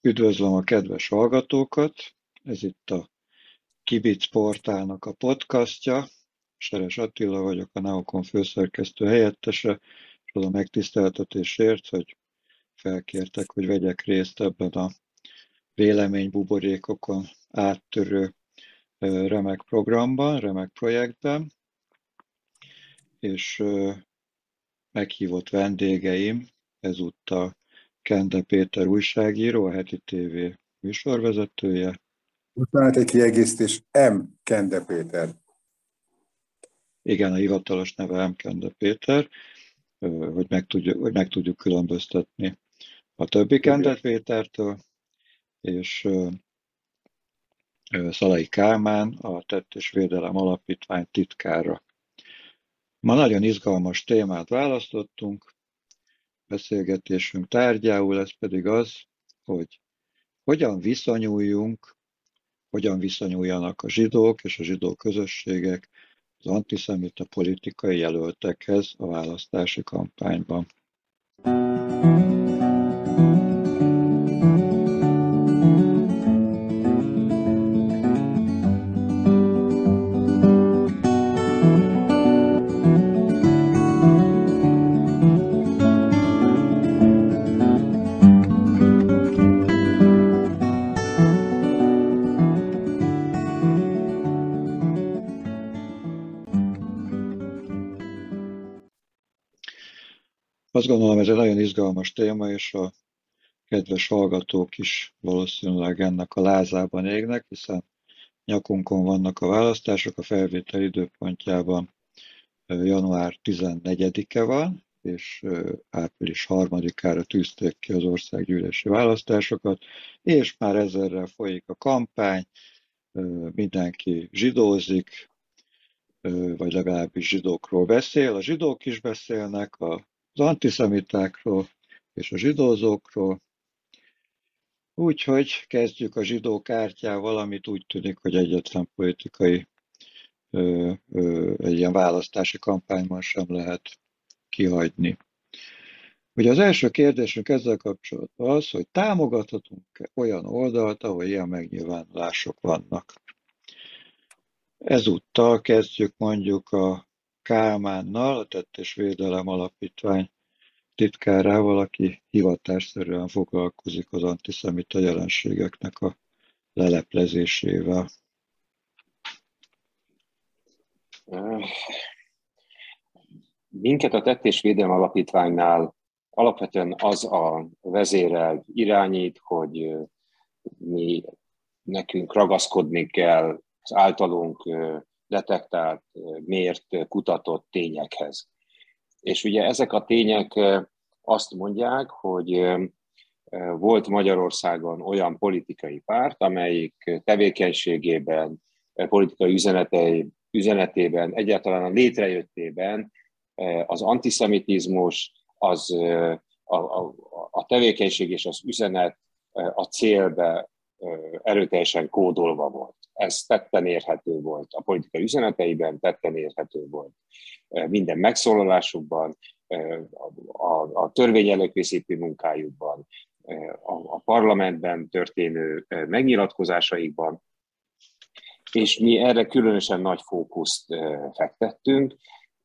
Üdvözlöm a kedves hallgatókat! Ez itt a Kibic portálnak a podcastja. Seres Attila vagyok, a Neokon főszerkesztő helyettese, és az a megtiszteltetésért, hogy felkértek, hogy vegyek részt ebben a véleménybuborékokon áttörő remek programban, remek projektben, és meghívott vendégeim ezúttal Kende Péter újságíró, a Heti TV műsorvezetője. Bocsánat, egy kiegészítés, M. Kende Péter. Igen, a hivatalos neve M. Kende Péter, hogy meg tudjuk különböztetni a többi Kende Pétertől, és Szalai Kálmán, a Tett és Védelem Alapítvány titkára. Ma nagyon izgalmas témát választottunk, beszélgetésünk tárgyául, ez pedig az, hogy hogyan viszonyuljanak a zsidók és a zsidó közösségek az antiszemita politikai jelöltekhez a választási kampányban. Azt gondolom, ez egy nagyon izgalmas téma, és a kedves hallgatók is valószínűleg ennek a lázában égnek, hiszen nyakunkon vannak a választások, a felvétel időpontjában január 14-e van, és április 3-ára tűzték ki az országgyűlési választásokat, és már ezerrel folyik a kampány, mindenki zsidózik, vagy legalábbis zsidókról beszél. A zsidók is beszélnek, az antiszemitákról és a zsidózókról. Úgyhogy kezdjük a zsidó kártyával, amit úgy tűnik, hogy egyetlen politikai egy ilyen választási kampányban sem lehet kihagyni. Ugye az első kérdésünk ezzel kapcsolatban az, hogy támogathatunk-e olyan oldalt, ahol ilyen megnyilvánulások vannak. Ezúttal kezdjük mondjuk a Kálmánnal, a Tett és Védelem Alapítvány titkárával, aki hivatásszerűen foglalkozik az antiszemita jelenségeknek a leleplezésével. Minket a Tett és Védelem Alapítványnál alapvetően az a vezérel irányít, hogy nekünk ragaszkodni kell az általunk detektált, mért, kutatott tényekhez. És ugye ezek a tények azt mondják, hogy volt Magyarországon olyan politikai párt, amelyik tevékenységében, politikai üzenetében, egyáltalán a létrejöttében az antiszemitizmus, a tevékenység és az üzenet a célbe erőteljesen kódolva volt. Ez tetten érhető volt a politikai üzeneteiben, tetten érhető volt minden megszólalásukban, a törvényelőkészítő munkájukban, a parlamentben történő megnyilatkozásaikban, és mi erre különösen nagy fókuszt fektettünk.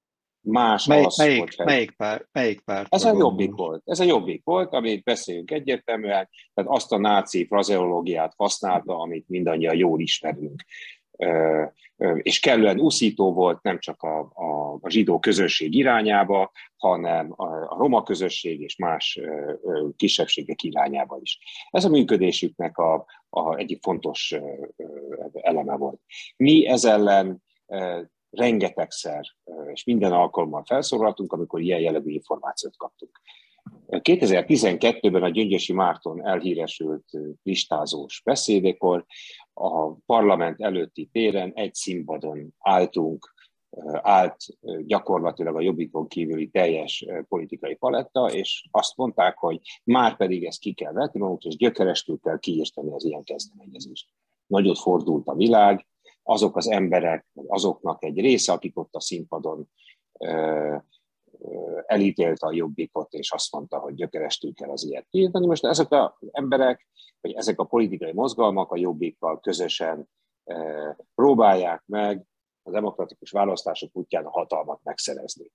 Melyik párt? Ez a Jobbik volt. Ez a Jobbik volt, amit beszélünk egyértelműen, tehát azt a náci frazeológiát használta, amit mindannyian jól ismerünk. És kellően uszító volt nem csak a zsidó közösség irányába, hanem a roma közösség és más kisebbségek irányába is. Ez a működésüknek egyik fontos eleme volt. Mi ez ellen rengetegszer és minden alkalommal felszólaltunk, amikor ilyen jellegű információt kaptunk. 2012-ben a Gyöngyösi Márton elhíresült listázós beszédekor a parlament előtti téren egy színpadon állt gyakorlatilag a Jobbikon kívüli teljes politikai paletta, és azt mondták, hogy már pedig ezt ki kell vetni magunk, és gyökerestül kell kiírteni az ilyen kezdeményezést. Nagyot fordult a világ, azok az emberek, azoknak egy része, akik ott a színpadon elítélte a Jobbikot, és azt mondta, hogy gyökerestül kell az ilyet kiírtani. Most ezek az emberek, vagy ezek a politikai mozgalmak a Jobbikkal közösen próbálják meg a demokratikus választások útján a hatalmat megszerezni.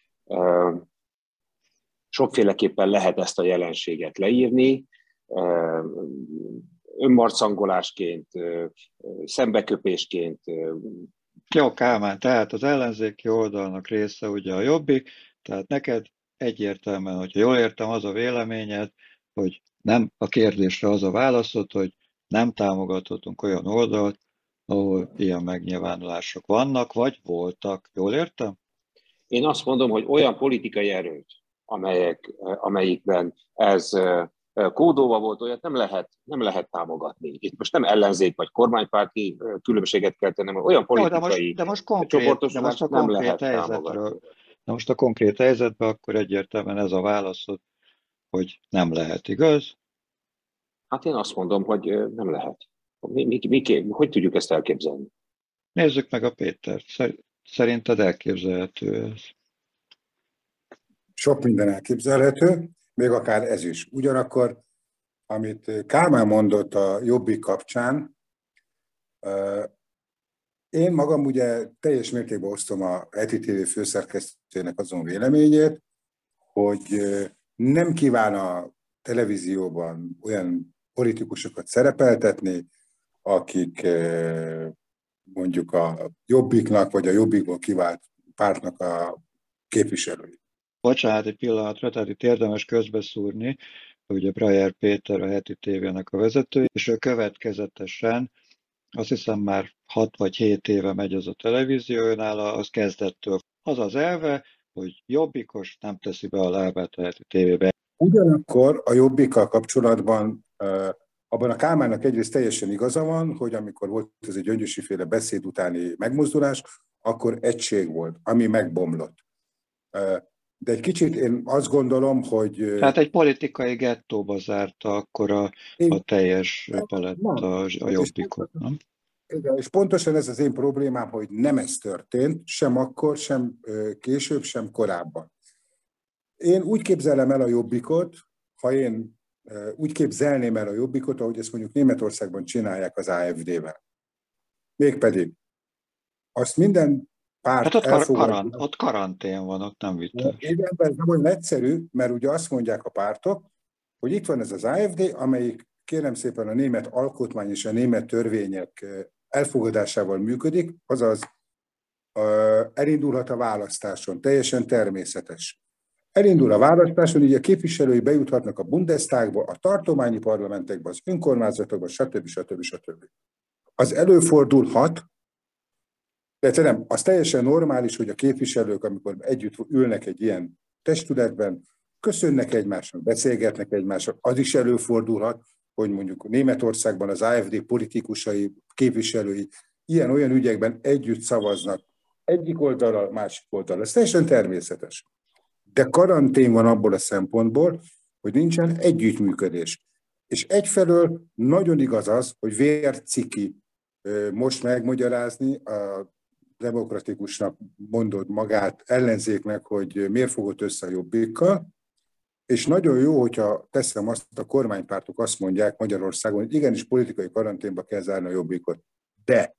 Sokféleképpen lehet ezt a jelenséget leírni, önmarcangolásként, szembeköpésként. Jó, Kálmán, tehát az ellenzéki oldalnak része ugye a Jobbik, tehát neked egyértelműen, hogyha jól értem, az a véleményed, hogy nem a kérdésre az a válaszod, hogy nem támogathatunk olyan oldalt, ahol ilyen megnyilvánulások vannak, vagy voltak. Jól értem? Én azt mondom, hogy olyan politikai erőt, amelyikben ez kódolva volt, olyat nem lehet támogatni. Itt most nem ellenzék vagy kormánypárti különbséget kell tennem, olyan politikai csoportosulást nem lehet támogatni. De most a konkrét helyzetben akkor egyértelműen ez a válaszod, hogy nem lehet, igaz? Hát én azt mondom, hogy nem lehet. Hogy tudjuk ezt elképzelni? Nézzük meg a Pétert. Szerinted elképzelhető ez? Sok minden elképzelhető, még akár ez is. Ugyanakkor, amit Kálmán mondott a Jobbik kapcsán, én magam ugye teljes mértékben osztom a Heti TV főszerkesztőjének azon véleményét, hogy nem kíván a televízióban olyan politikusokat szerepeltetni, akik mondjuk a Jobbiknak vagy a Jobbikból kivált pártnak a képviselői. Bocsánat, egy pillanatra, tehát itt érdemes közbeszúrni, ugye Brajer Péter a Heti TV-nek a vezető, és ő következetesen, azt hiszem már 6 vagy 7 éve megy az a televízió, nála az kezdettől. Az az elve, hogy jobbikos nem teszi be a lábát a Heti TV-be. Ugyanakkor a Jobbikkal kapcsolatban abban a Kálmánnak egyrészt teljesen igaza van, hogy amikor volt ez egy Gyöngyösi-féle beszéd utáni megmozdulás, akkor egység volt, ami megbomlott. De egy kicsit én azt gondolom, hogy... Tehát egy politikai gettóba zárta akkor a teljes paletta a Jobbikot, nem? Igen, és pontosan ez az én problémám, hogy nem ez történt, sem akkor, sem később, sem korábban. Én úgy képzelem el a Jobbikot, ha én úgy képzelném el a Jobbikot, ahogy ezt mondjuk Németországban csinálják az AfD-vel. Mégpedig azt minden párt elfogadja. Ott karantén van, ott nem vitás. Igen, ez nem olyan egyszerű, mert ugye azt mondják a pártok, hogy itt van ez az AfD, amelyik kérem szépen a német alkotmány és a német törvények elfogadásával működik, azaz elindulhat a választáson, teljesen természetes. Elindul a választáson, így a képviselői bejuthatnak a Bundestagba, a tartományi parlamentekbe, az önkormányzatokba, stb. Az előfordulhat, de nem, az teljesen normális, hogy a képviselők, amikor együtt ülnek egy ilyen testületben, köszönnek egymásnak, beszélgetnek egymással, az is előfordulhat, hogy mondjuk Németországban az AfD politikusai, képviselői ilyen-olyan ügyekben együtt szavaznak egyik oldalral, másik oldalral. Ez teljesen természetes. De karantén van abból a szempontból, hogy nincsen együttműködés. És egyfelől nagyon igaz az, hogy vérciki most megmagyarázni a demokratikusnak mondod magát ellenzéknek, hogy miért fogott össze a Jobbikkal, és nagyon jó, hogyha teszem azt, a kormánypártok azt mondják Magyarországon, hogy igenis politikai karanténba kell zárni a Jobbikot. De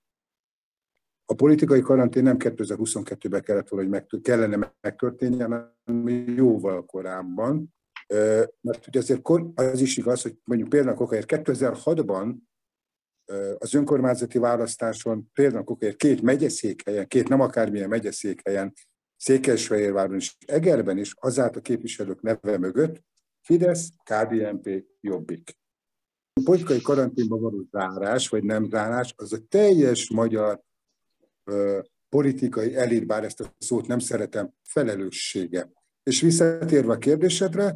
a politikai karantén nem 2022-ben kellene megtörténjen, hanem jóval korábban. Mert ugye azért az is igaz, hogy mondjuk például okáért 2006-ban az önkormányzati választáson például okáért 2 megyeszékhelyen, 2 nem akármilyen megyeszékhelyen, Székesfehérváron és Egerben is az állt a képviselők neve mögött Fidesz, KDNP, Jobbik. A politikai karanténban való zárás, vagy nem zárás, az a teljes magyar politikai elit, bár ezt a szót nem szeretem, felelőssége. És visszatérve a kérdésedre,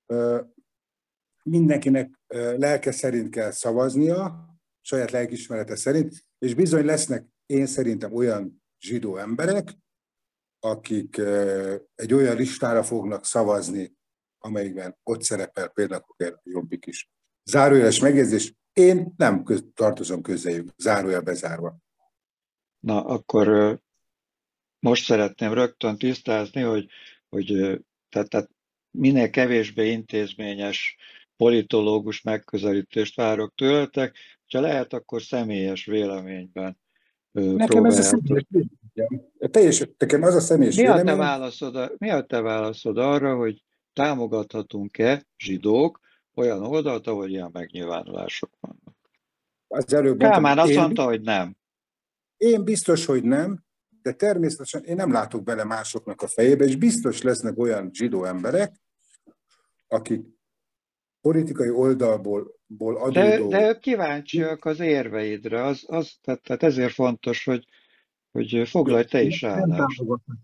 mindenkinek lelke szerint kell szavaznia, saját lelkiismerete szerint, és bizony lesznek én szerintem olyan zsidó emberek, akik egy olyan listára fognak szavazni, amelyikben ott szerepel például a Jobbik is. Zárójeles megjegyzés, én nem tartozom közéjük, zárójel bezárva. Na, akkor most szeretném rögtön tisztázni, hogy tehát minél kevésbé intézményes politológus megközelítést várok tőletek, ha lehet, akkor személyes véleményben Nekem ez a próbáljátok. személyes véleményem. Nekem az a személyes véleményem. Mi a te válaszod arra, hogy támogathatunk-e zsidók olyan oldalt, ahol ilyen megnyilvánulások vannak? Az előbb mondtam, Kálmán azt hogy mondta, hogy nem. én biztos, hogy nem, de természetesen én nem látok bele másoknak a fejébe, és biztos lesznek olyan zsidó emberek, akik politikai oldalból adódó. De kíváncsiak az érveidre. Tehát ezért fontos, hogy foglalj te is állást.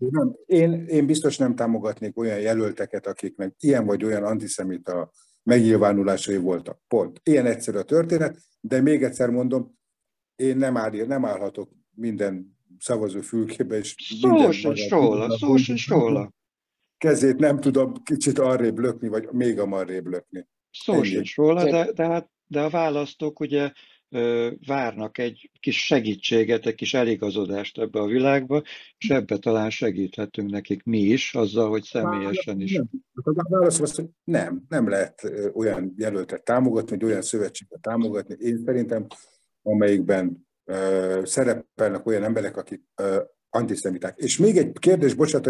Én biztos nem támogatnék olyan jelölteket, akiknek ilyen vagy olyan antiszemita megnyilvánulásai voltak. Pont. Ilyen egyszerű a történet, de még egyszer mondom, én nem állhatok minden szavazó fülkébe, és Szó sincs róla. Kezét nem tudom kicsit arrébb lökni, vagy még amarrébb lökni. Szó sincs róla, de a választók ugye várnak egy kis segítséget, egy kis eligazodást ebbe a világba, és ebbe talán segíthetünk nekik mi is, azzal, hogy személyesen is. A válaszom az, hogy nem lehet olyan jelöltet támogatni, vagy olyan szövetséget támogatni. Én szerintem, amelyikben szerepelnek olyan emberek, akik antiszemiták. És még egy kérdés, bocsánat, a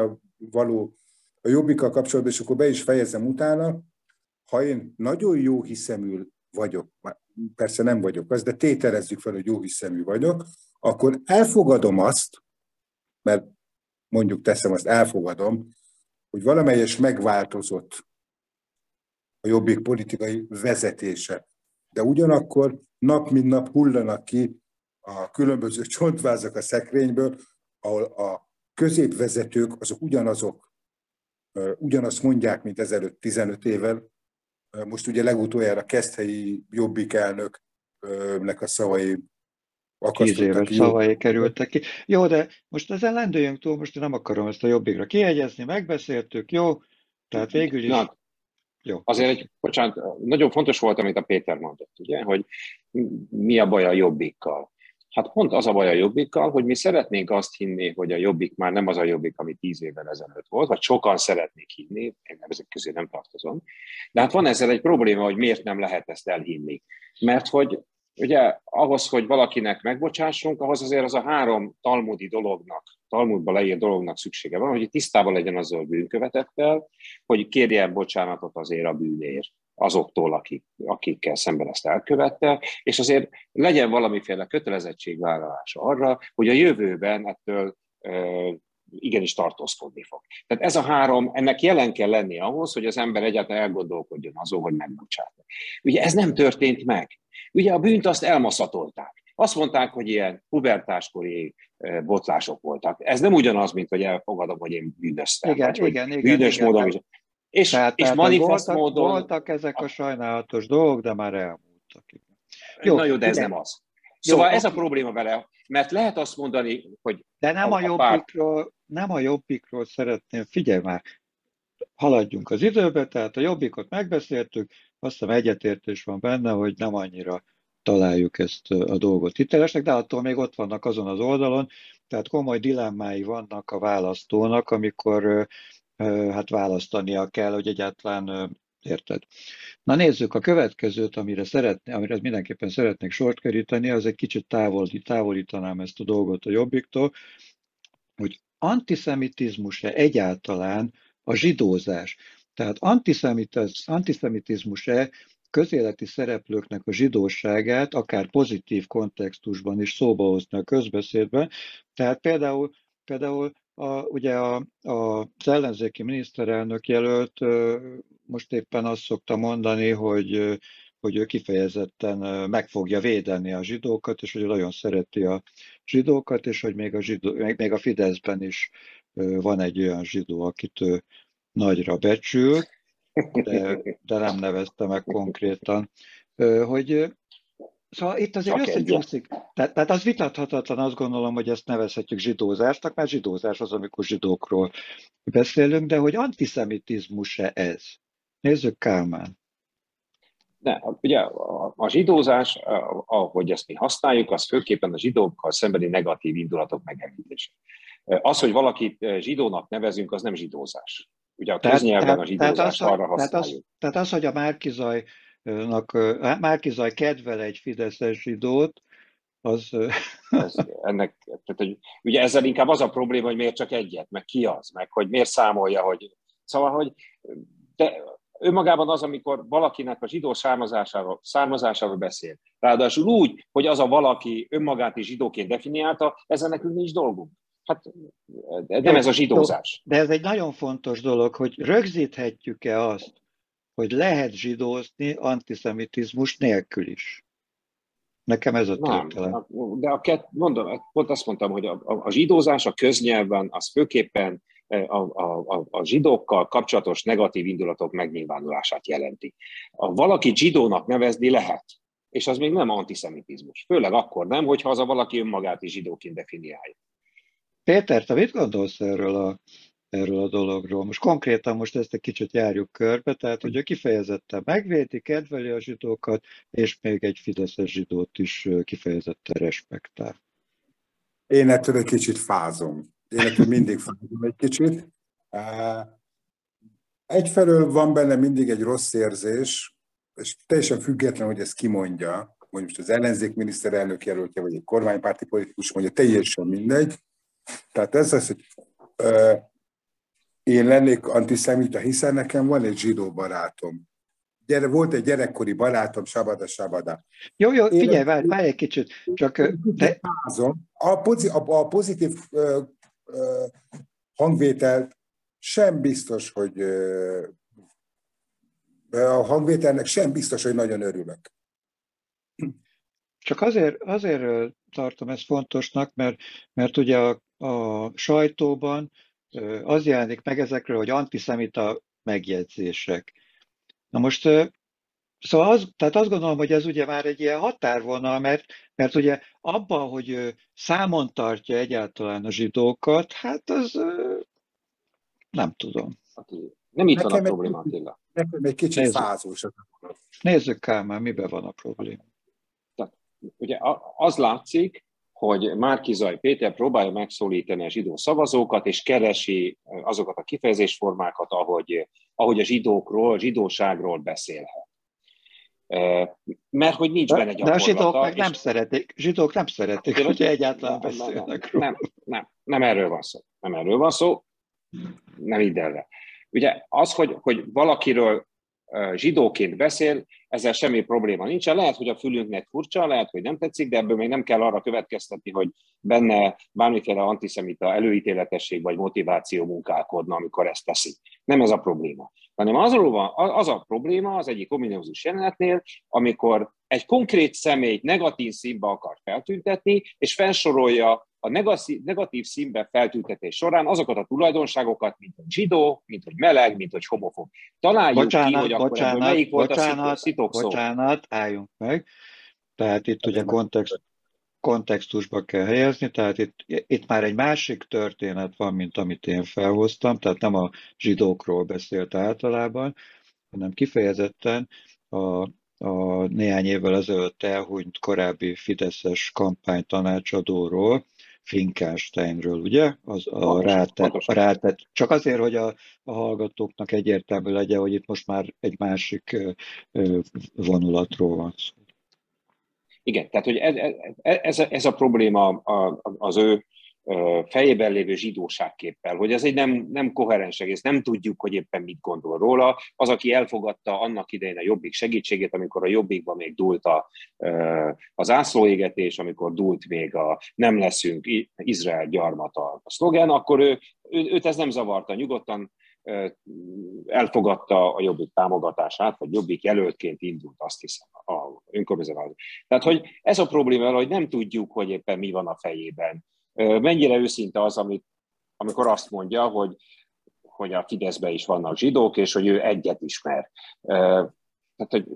Jobbikkal kapcsolatban, és akkor be is fejezem utána, ha én nagyon jó hiszemű vagyok, persze nem vagyok az, de tételezzük fel, hogy jó hiszemű vagyok, akkor elfogadom azt, mert mondjuk teszem azt, elfogadom, hogy valamelyes megváltozott a Jobbik politikai vezetése. De ugyanakkor nap mint nap hullanak ki a különböző csontvázak a szekrényből, ahol a középvezetők azok ugyanazt mondják, mint ezelőtt 15 évvel. Most ugye legutoljára Keszthelyi Jobbik elnöknek a szavai akasztottak ki. Szavai kerültek ki. Jó, de most ezen lendüljünk túl, most én nem akarom ezt a Jobbikra kiegyezni, megbeszéltük, jó? Tehát végül is... Jó. Azért bocsánat, nagyon fontos volt, amit a Péter mondott, ugye, hogy mi a baj a Jobbikkal. Hát pont az a baj a Jobbikkal, hogy mi szeretnénk azt hinni, hogy a Jobbik már nem az a Jobbik, ami 10 évvel ezelőtt volt, vagy sokan szeretnék hinni, én ezek közé nem tartozom. De hát van ezzel egy probléma, hogy miért nem lehet ezt elhinni. Mert hogy ugye ahhoz, hogy valakinek megbocsássunk, ahhoz azért az a 3 Talmudban leírt dolognak szüksége van, hogy tisztában legyen azzal a bűnkövetettel, hogy kérjen bocsánatot azért a bűnért azoktól, akikkel szemben ezt elkövette, és azért legyen valamiféle kötelezettségvállalása arra, hogy a jövőben ettől igenis tartózkodni fog. Tehát ez a 3, ennek jelen kell lenni ahhoz, hogy az ember egyáltalán elgondolkodjon azon, hogy megbocsát. Ugye ez nem történt meg. Ugye a bűnt azt elmaszatolták. Azt mondták, hogy ilyen pubertáskori botlások voltak. Ez nem ugyanaz, mint hogy elfogadom, hogy én bűnöztem. Igen. Bűnös módon. És manifest módon... Voltak ezek a sajnálatos dolgok, de már elmúltak. Jó, de ez nem az. Szóval ez a probléma vele, mert lehet azt mondani, hogy... De nem a Jobbikról szeretném, figyelj már, haladjunk az időbe, tehát a Jobbikot megbeszéltük, azt hiszem egyetértés van benne, hogy nem annyira találjuk ezt a dolgot hitelesnek, de attól még ott vannak azon az oldalon, tehát komoly dilemmái vannak a választónak, amikor hát választania kell, hogy egyáltalán érted. Na nézzük a következőt, amire mindenképpen szeretnék sort keríteni, az egy kicsit távolítanám ezt a dolgot a Jobbiktól, hogy antiszemitizmus-e egyáltalán a zsidózás. Tehát antiszemitizmus-e közéleti szereplőknek a zsidóságát, akár pozitív kontextusban is szóba hozni a közbeszédben. Tehát például ugye az ellenzéki miniszterelnök jelölt most éppen azt szokta mondani, hogy ő kifejezetten meg fogja védeni a zsidókat, és hogy nagyon szereti a zsidókat, és hogy még a Fideszben is van egy olyan zsidó, akit ő nagyra becsül, de nem nevezte meg konkrétan, hogy szóval itt azért összegyúszik. Tehát az vitathatatlan, azt gondolom, hogy ezt nevezhetjük zsidózásnak, mert zsidózás az, amikor zsidókról beszélünk, de hogy antiszemitizmus-e ez? Nézzük Kálmán. De ugye a zsidózás, ahogy ezt mi használjuk, az főképpen a zsidókkal szembeni negatív indulatok megemlítése. Az, hogy valakit zsidónak nevezünk, az nem zsidózás. Ugye a köznyelven a zsidózást arra használjuk. Tehát az, hogy a Márki-Zay kedvel egy fideszes zsidót, az... Tehát, hogy ugye ezzel inkább az a probléma, hogy miért csak egyet, meg ki az, meg hogy miért számolja, hogy... Szóval, hogy de önmagában az, amikor valakinek a zsidó származásáról beszél, ráadásul úgy, hogy az a valaki önmagát is zsidóként definiálta, ezzel nekünk nincs dolgunk. Hát nem ez a zsidózás. De ez egy nagyon fontos dolog, hogy rögzíthetjük-e azt, hogy lehet zsidózni antiszemitizmus nélkül is. Nekem ez a tétele. De mondom, pont azt mondtam, hogy a zsidózás a köznyelven az főképpen a zsidókkal kapcsolatos negatív indulatok megnyilvánulását jelenti. Valaki zsidónak nevezni lehet, és az még nem antiszemitizmus. Főleg akkor nem, hogyha az a valaki önmagát is zsidóként definiálja. Péter, te mit gondolsz erről a dologról? Most konkrétan ezt egy kicsit járjuk körbe, tehát hogy kifejezetten megvédi, kedveli a zsidókat, és még egy fideszes zsidót is kifejezetten respektál. Én ettől egy kicsit fázom. Én ettől mindig fázom egy kicsit. Egyfelől van benne mindig egy rossz érzés, és teljesen független, hogy ezt kimondja, hogy most az ellenzék miniszterelnök jelöltje, vagy egy kormánypárti politikus mondja, teljesen mindegy. Tehát ez az, hogy én lennék antiszemita, hiszen nekem van egy zsidó barátom. Volt egy gyerekkori barátom, Sabada. Jó, figyelj, várj egy kicsit. A pozitív hangvételt sem biztos, hogy a hangvételnek sem biztos, hogy nagyon örülök. Csak azért tartom ezt fontosnak, mert ugye a sajtóban az jelenik meg ezekről, hogy antiszemita megjegyzések. Na most, szóval tehát azt gondolom, hogy ez ugye már egy ilyen határvonal, mert ugye abban, hogy számon tartja egyáltalán a zsidókat, hát az nem tudom. Nem itt van a probléma, Attila. Nekem egy kicsit fázós. Nézzük Kálmán, miben van a probléma. Tehát, ugye az látszik, hogy Márki-Zay Péter próbálja megszólítani a zsidó szavazókat, és keresi azokat a kifejezésformákat, ahogy a zsidókról, a zsidóságról beszélhet. Mert hogy nincs benne gyakorlata. De a zsidók meg nem szeretik. Zsidók nem szeretik, hogy egyáltalán beszélnek róla. Nem erről van szó. Nem erről van szó. Nem ide erre. Ugye az, hogy valakiről zsidóként beszél, ezzel semmi probléma nincsen. Lehet, hogy a fülünknek furcsa, lehet, hogy nem tetszik, de ebből még nem kell arra következtetni, hogy benne bármiféle antiszemita előítéletesség vagy motiváció munkálkodna, amikor ezt teszi. Nem ez a probléma. Hanem az a probléma az egyik ominózus jelenetnél, amikor egy konkrét személyt negatív színbe akar feltüntetni, és felsorolja a negatív színbe feltüntetés során azokat a tulajdonságokat, mint hogy zsidó, mint hogy meleg, mint hogy homofób. Találjuk ki, hogy akkor ebből melyik volt a szitokszó. Bocsánat, álljunk meg. Tehát itt ugye kontextusba kell helyezni, tehát itt már egy másik történet van, mint amit én felhoztam, tehát nem a zsidókról beszélt általában, hanem kifejezetten a néhány évvel ezelőtt elhunyt korábbi fideszes kampánytanácsadóról, Finkelsteinről, ugye? Rátett. Csak azért, hogy a hallgatóknak egyértelmű legyen, hogy itt most már egy másik vonulatról van szó. Igen, tehát hogy ez a probléma az ő fejében lévő zsidóságképpel, hogy ez egy nem koherens egész, nem tudjuk, hogy éppen mit gondol róla. Az, aki elfogadta annak idején a Jobbik segítségét, amikor a Jobbikban még dúlt az ászlóégetés, amikor dúlt még a nem leszünk Izrael gyarmata a szlogán, akkor őt ez nem zavarta, nyugodtan elfogadta a Jobbik támogatását, vagy Jobbik jelöltként indult, azt hiszem, a önkormányzat. Tehát, hogy ez a probléma, hogy nem tudjuk, hogy éppen mi van a fejében. Mennyire őszinte az, amikor azt mondja, hogy a Fideszben is vannak zsidók, és hogy ő egyet ismer. Tehát, hogy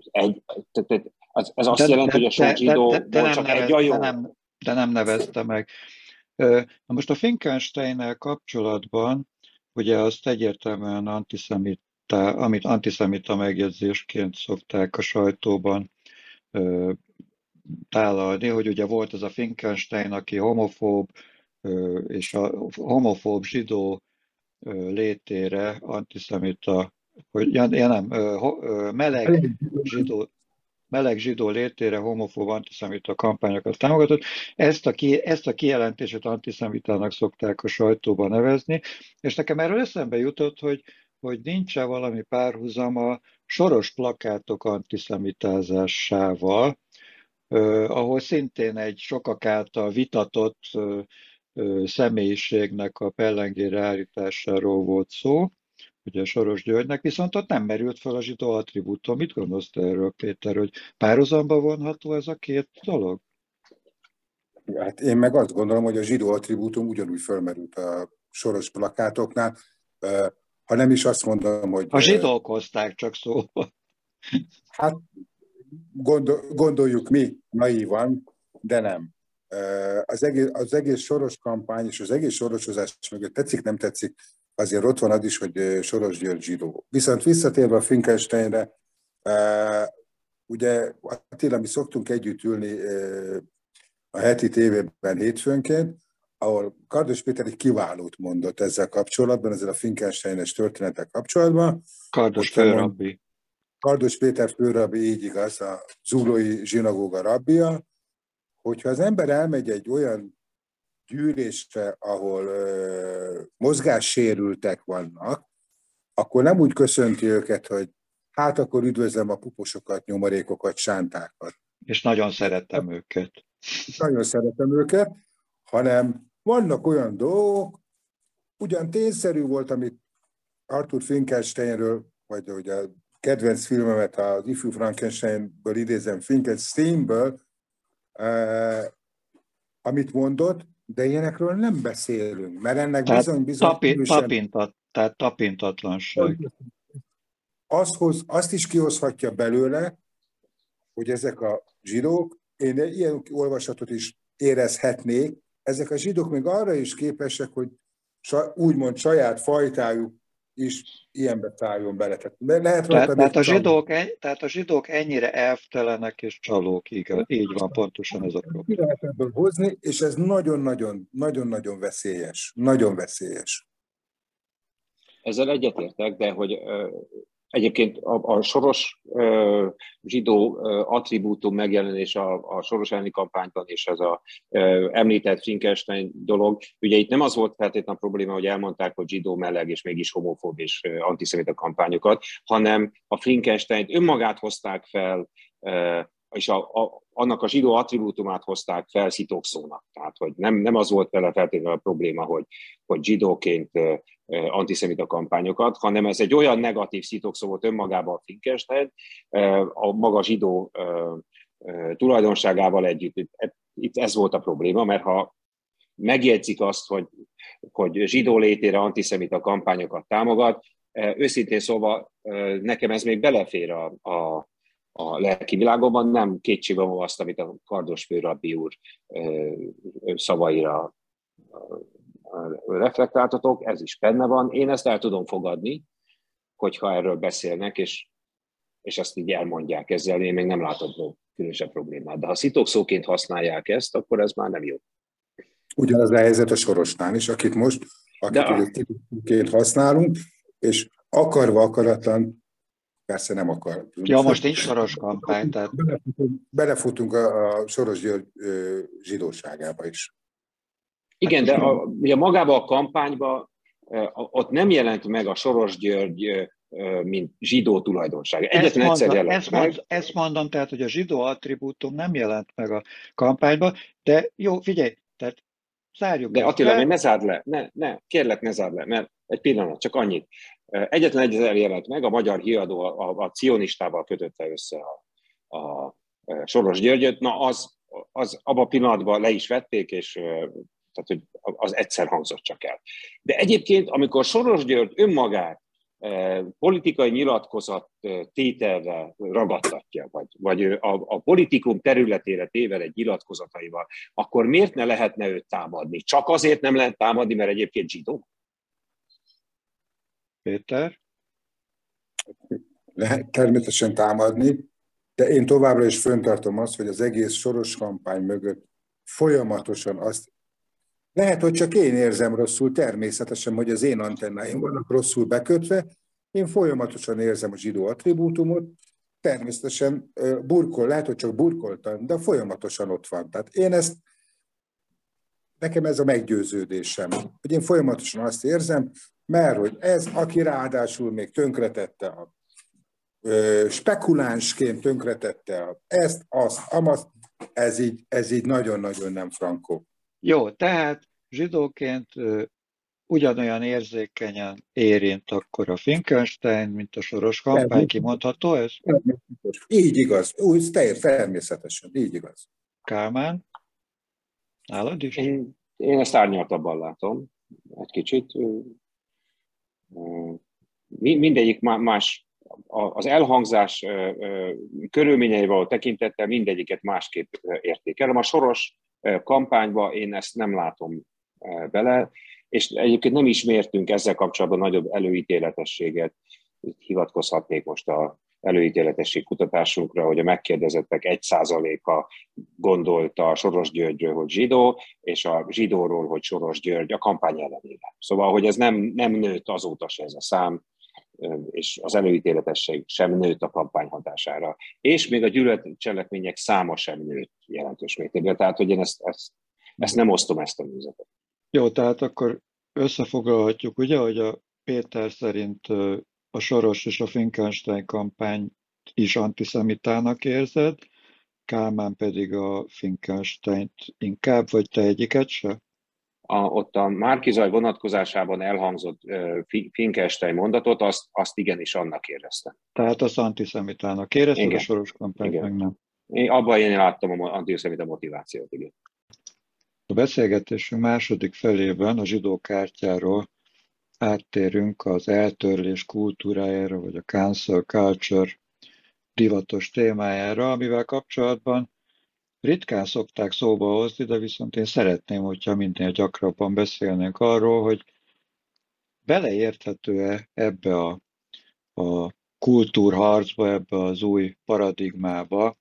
ez azt jelenti, hogy a sok zsidóból csak egy a jó. De nem nevezte meg. Na most a Finkelsteinnel kapcsolatban, ugye azt egyértelműen amit antiszemita megjegyzésként szokták a sajtóban tálalni, hogy ugye volt ez a Finkelstein, aki homofób, és a homofób zsidó létére, antiszemita, hogy nem, zsidó, meleg zsidó létére homofób antiszemita kampányokat támogatott. Ezt a kijelentését antiszemitának szokták a sajtóban nevezni, és nekem erről eszembe jutott, hogy nincs-e valami párhuzam a soros plakátok antiszemitázásával, ahol szintén egy sokak által vitatott személyiségnek a pellengére állításáról volt szó, ugye Soros Györgynek, viszont ott nem merült fel a zsidó attribútum. Mit gondolsz te erről, Péter, hogy párhuzamba vonható ez a két dolog? Hát én meg azt gondolom, hogy a zsidó attribútum ugyanúgy fölmerült a Soros plakátoknál, ha nem is azt mondom, hogy... A zsidók hozták csak szóba. Hát gondoljuk mi naívan, de nem. Az egész Soros kampány és az egész sorosozás mögött tetszik, nem tetszik, azért ott van az is, hogy Soros György zsidó. Viszont visszatérve a Finkelsteinre, ugye Attila, mi szoktunk együtt ülni a heti tévében hétfőnként, ahol Kardos Péter egy kiválót mondott ezzel kapcsolatban, ezzel a Finkelsteines történetek kapcsolatban. Kardos főrabbi. Kardos Péter főrabbi, így igaz, a zuglói zsinagóga rabbia, hogyha az ember elmegy egy olyan gyűlésre, ahol mozgássérültek vannak, akkor nem úgy köszönti őket, hogy hát akkor üdvözlöm a puposokat, nyomorékokat, sántákat. És nagyon szeretem őket. Nagyon szeretem őket, hanem vannak olyan dolgok, ugyan tényszerű volt, amit Arthur Finkelsteinről, vagy hogy a kedvenc filmemet az Ifjú Frankensteinből idézem, Finkelsteinből, amit mondott, de ilyenekről nem beszélünk, mert ennek bizony... Tehát tapintatlanság. Azt is kihozhatja belőle, hogy ezek a zsidók, én ilyen olvasatot is érezhetnék, ezek a zsidók még arra is képesek, hogy úgymond saját fajtájuk is ilyenbe szálljon bele. Tehát a zsidók ennyire elvtelenek és csalók, így van, pontosan ez a probléma. Ki lehet ebből hozni, és ez nagyon-nagyon veszélyes. Nagyon veszélyes. Ezzel egyetértek, de hogy egyébként a Soros zsidó attribútum megjelenés a Soros elleni kampányban, és ez az említett Finkelstein dolog, ugye itt nem az volt feltétlenül probléma, hogy elmondták, hogy zsidó meleg, és mégis homofób és antiszemita kampányokat, hanem a Finkelsteint önmagát hozták fel, és annak a zsidó attribútumát hozták fel szitokszónak. Tehát, hogy nem az volt vele feltétlenül a probléma, hogy zsidóként antiszemita kampányokat, hanem ez egy olyan negatív szitokszó volt önmagában a Finkelstein, a maga zsidó tulajdonságával együtt. Itt ez volt a probléma, mert ha megjegyzik azt, hogy zsidó létére antiszemita kampányokat támogat, őszintén szóval nekem ez még belefér a lelki világomban, nem kétségbe van azt, amit a Kardos főrabbi úr szavaira reflektáltatok, ez is benne van. Én ezt el tudom fogadni, hogyha erről beszélnek, és ezt így elmondják ezzel, én még nem látok különösebb problémát. De ha szitokszóként használják ezt, akkor ez már nem jó. Ugyanaz a helyzet a Sorosnál is, akit szitokszóként használunk, és akarva akaratlan, persze nem akar. Ja, most nincs Soros kampány, tehát... Belefutunk a Soros György zsidóságába is. Igen, de ugye magában a kampányban ott nem jelent meg a Soros György, mint zsidó tulajdonság. Egyetlen egyszer jelent meg. Ezt mondom, tehát, hogy a zsidó attribútum nem jelent meg a kampányban, de jó, figyelj, tehát zárjuk. De Attila, ne zárd le, kérlek, ne zárd le, mert egy pillanat, csak annyit. Egyetlen egyszer jelent meg, a magyar híradó a cionistával kötötte össze a Soros Györgyöt, na az abban a pillanatban le is vették, és tehát, hogy az egyszer hangzott csak el. De egyébként, amikor Soros György önmagát politikai nyilatkozat tételre ragadtatja, vagy a politikum területére tével egy nyilatkozataival, akkor miért ne lehetne őt támadni? Csak azért nem lehet támadni, mert egyébként zsidó? Péter? Lehet természetesen támadni, de én továbbra is fenntartom azt, hogy az egész Soros kampány mögött folyamatosan azt Lehet, hogy csak én érzem rosszul, természetesen, hogy az én antennáim vannak rosszul bekötve. Én folyamatosan érzem a zsidó attribútumot, természetesen lehet, hogy csak burkoltam, de folyamatosan ott van. Tehát nekem ez a meggyőződésem, hogy én folyamatosan azt érzem, mert hogy ez, aki ráadásul még tönkretette spekulánsként tönkretette ezt, azt, amazt, ez így nagyon-nagyon nem frankó. Jó, tehát zsidóként ugyanolyan érzékenyen érint akkor a Finkelstein, mint a soros kampány, kimondható ez? Így igaz, úgy természetesen, így igaz. Kálmán, nálad is? Én ezt árnyaltabban látom, egy kicsit. Mindegyik más, az elhangzás körülményei való tekintettel mindegyiket másképp értékelem. A soros kampányba én ezt nem látom bele, és egyébként nem is mértünk ezzel kapcsolatban nagyobb előítéletességet. Hivatkozhatnék most az előítéletesség kutatásunkra, hogy a megkérdezettek 1%-a gondolta Soros Györgyről, hogy zsidó, és a zsidóról, hogy Soros György a kampány ellenére. Szóval, hogy ez nem nőtt azóta se ez a szám, és az előítéletesség sem nőtt a kampány hatására. És még a gyűlöletcselekmények száma sem nőtt jelentős mértékben. Tehát, hogy én ezt nem osztom, ezt a nézetet. Jó, tehát akkor összefoglalhatjuk, ugye, hogy a Péter szerint a Soros és a Finkelstein kampány is antiszemitának érzed, Kálmán pedig a Finkelsteint inkább, vagy te egyiket se? Ott a Márki-Zay vonatkozásában elhangzott Finkelstein mondatot, azt igenis annak éreztem. Tehát azt antiszemitának érezted, igen. A Soros kampányt meg nem? Abban én láttam az antiszemita motivációt, igen. A beszélgetésünk második felében a zsidó kártyáról áttérünk az eltörlés kultúrájára, vagy a cancel culture divatos témájára, amivel kapcsolatban ritkán szokták szóba hozni, de viszont én szeretném, hogyha minél gyakrabban beszélnénk arról, hogy beleérthető-e ebbe a kultúrharcba, ebbe az új paradigmába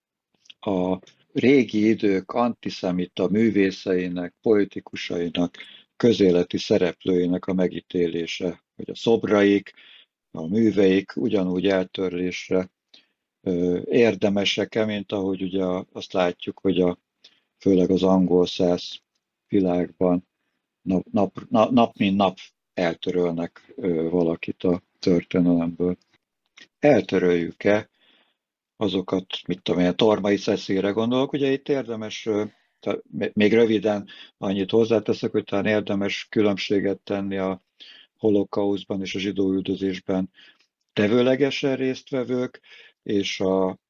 a régi idők antiszemita művészeinek, politikusainak, közéleti szereplőinek a megítélése, hogy a szobraik, a műveik ugyanúgy eltörlésre érdemesek-e, mint ahogy ugye azt látjuk, hogy főleg az angol száz világban nap mint nap eltörölnek valakit a történelemből. Eltöröljük-e azokat, mit tudom én, Tormai Cecilre gondolok, ugye itt érdemes, még röviden annyit hozzáteszek, hogy talán érdemes különbséget tenni a holokauszban és a zsidó üldözésben tevőlegesen résztvevők, és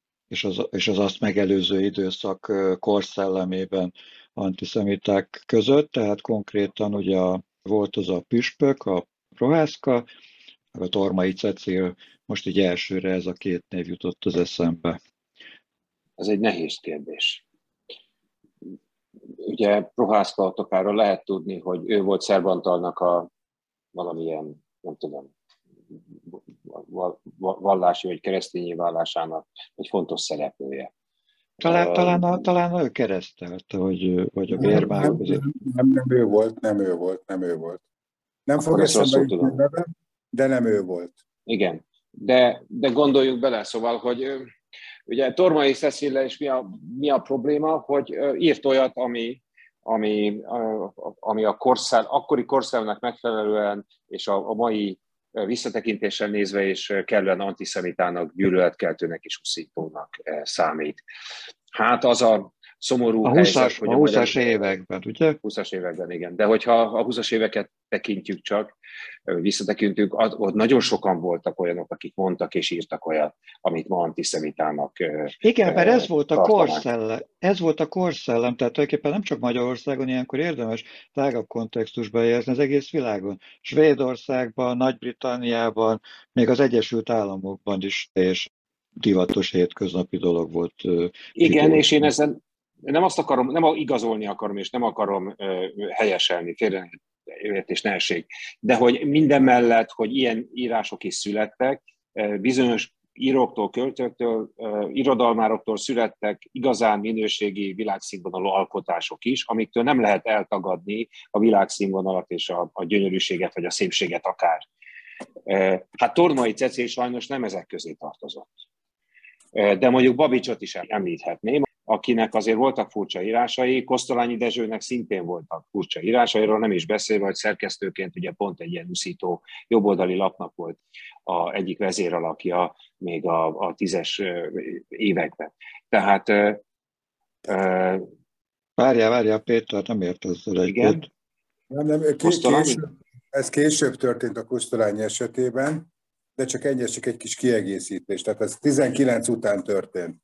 az azt megelőző időszak korszellemében antiszemiták között, tehát konkrétan ugye volt az a püspök, a Prohászka, meg a Tormai Cecil, most így elsőre ez a két név jutott az eszembe. Ez egy nehéz kérdés. Ugye Prohászka Otokáról lehet tudni, hogy ő volt Szerbantalnak a valamilyen, nem tudom, vallási vagy keresztényi vállásának egy fontos szereplője. Talán ő keresztelte, vagy a bérmák között. Nem ő volt. Nem fog eszembe jutni, de nem ő volt. Igen, de gondoljuk bele, szóval, hogy ugye Tormai Cecille is mi a probléma, hogy írt olyat, ami a akkori korszellnek megfelelően, és a mai visszatekintéssel nézve is kellően antiszemitának, gyűlöletkeltőnek és uszítónak számít. Hát az a szomorú helyzet, hogy a 20-as években, ugye? 20-as években, igen. De hogyha a 20-as éveket tekintjük csak, visszatekintünk, ott nagyon sokan voltak olyanok, akik mondtak és írtak olyat, amit ma antiszemitának igen, mert ez volt a korszellem, tehát tulajdonképpen nem csak Magyarországon, ilyenkor érdemes tágabb kontextusba helyezni az egész világon. Svédországban, Nagy-Britanniában, még az Egyesült Államokban is és divatos hétköznapi dolog volt. Igen, és én ezen nem azt akarom, nem igazolni akarom, és nem akarom helyeselni, félreértés ne essék, de hogy minden mellett, hogy ilyen írások is születtek, bizonyos íróktól, költőktől, irodalmároktól születtek igazán minőségi világszínvonalú alkotások is, amiktől nem lehet eltagadni a világszínvonalat és a gyönyörűséget, vagy a szépséget akár. Hát Tormai Cecil sajnos nem ezek közé tartozott. De mondjuk Babicsot is említhetném, akinek azért voltak furcsa írásai, Kosztolányi Dezsőnek szintén voltak furcsa írásairól, nem is beszélve, hogy szerkesztőként ugye pont egy ilyen uszító jobboldali lapnak volt egyik vezéralakja még a 10-es években. Tehát... Várjál, Péter, nem ért ezzel egyet. Ez később történt a Kosztolányi esetében, de csak egy kis kiegészítés. Tehát ez 19 után történt.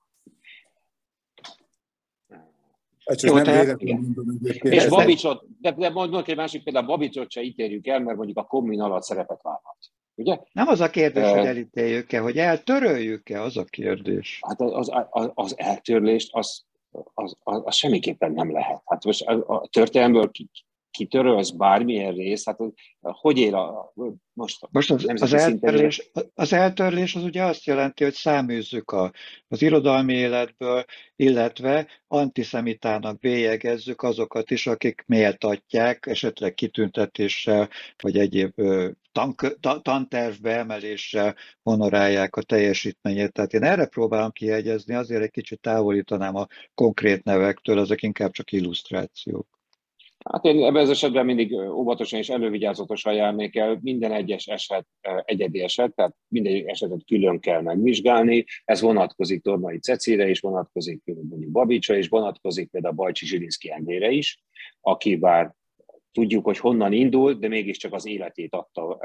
Jó, és Babicsot, de mondjuk egy másik például, Babicsot se ítéljük el, mert mondjuk a kommin alatt szerepet vállalt. Ugye? Nem az a kérdés, hogy elítéljük-e, hogy eltöröljük-e, az a kérdés. Hát az eltörlést, az semmiképpen nem lehet. Hát most a történelmből kitörölsz bármilyen rész, hát hogy él most az eltörlés az ugye azt jelenti, hogy száműzzük az irodalmi életből, illetve antiszemitának bélyegezzük azokat is, akik méltatják, esetleg kitüntetéssel, vagy egyéb tantervbe emeléssel honorálják a teljesítményét. Tehát én erre próbálom kihegyezni, azért egy kicsit távolítanám a konkrét nevektől, ezek inkább csak illusztrációk. Hát én ebben az esetben mindig óvatosan és elővigyázatosan járnék el. Minden egyes eset egyedi eset, tehát minden esetet külön kell megvizsgálni. Ez vonatkozik Tormai Cecilre is, vonatkozik mondjuk Babicsra is, vonatkozik például Bajcsi Zsilinszky Endrére is, aki bár tudjuk, hogy honnan indult, de mégiscsak az életét adta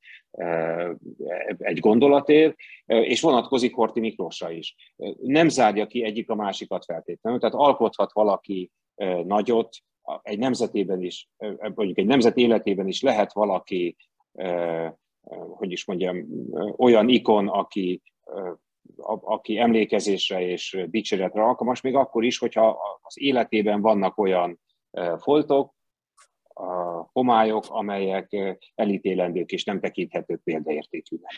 egy gondolatért, és vonatkozik Horthy Miklósra is. Nem zárja ki egyik a másikat feltétlenül, tehát alkothat valaki nagyot, egy nemzetében is, mondjuk egy nemzet életében is lehet valaki, hogy is mondjam, olyan ikon, aki emlékezésre és dicséretre alkalmas, még akkor is, hogyha az életében vannak olyan foltok, homályok, amelyek elítélendők és nem tekinthetők példaértékűnek.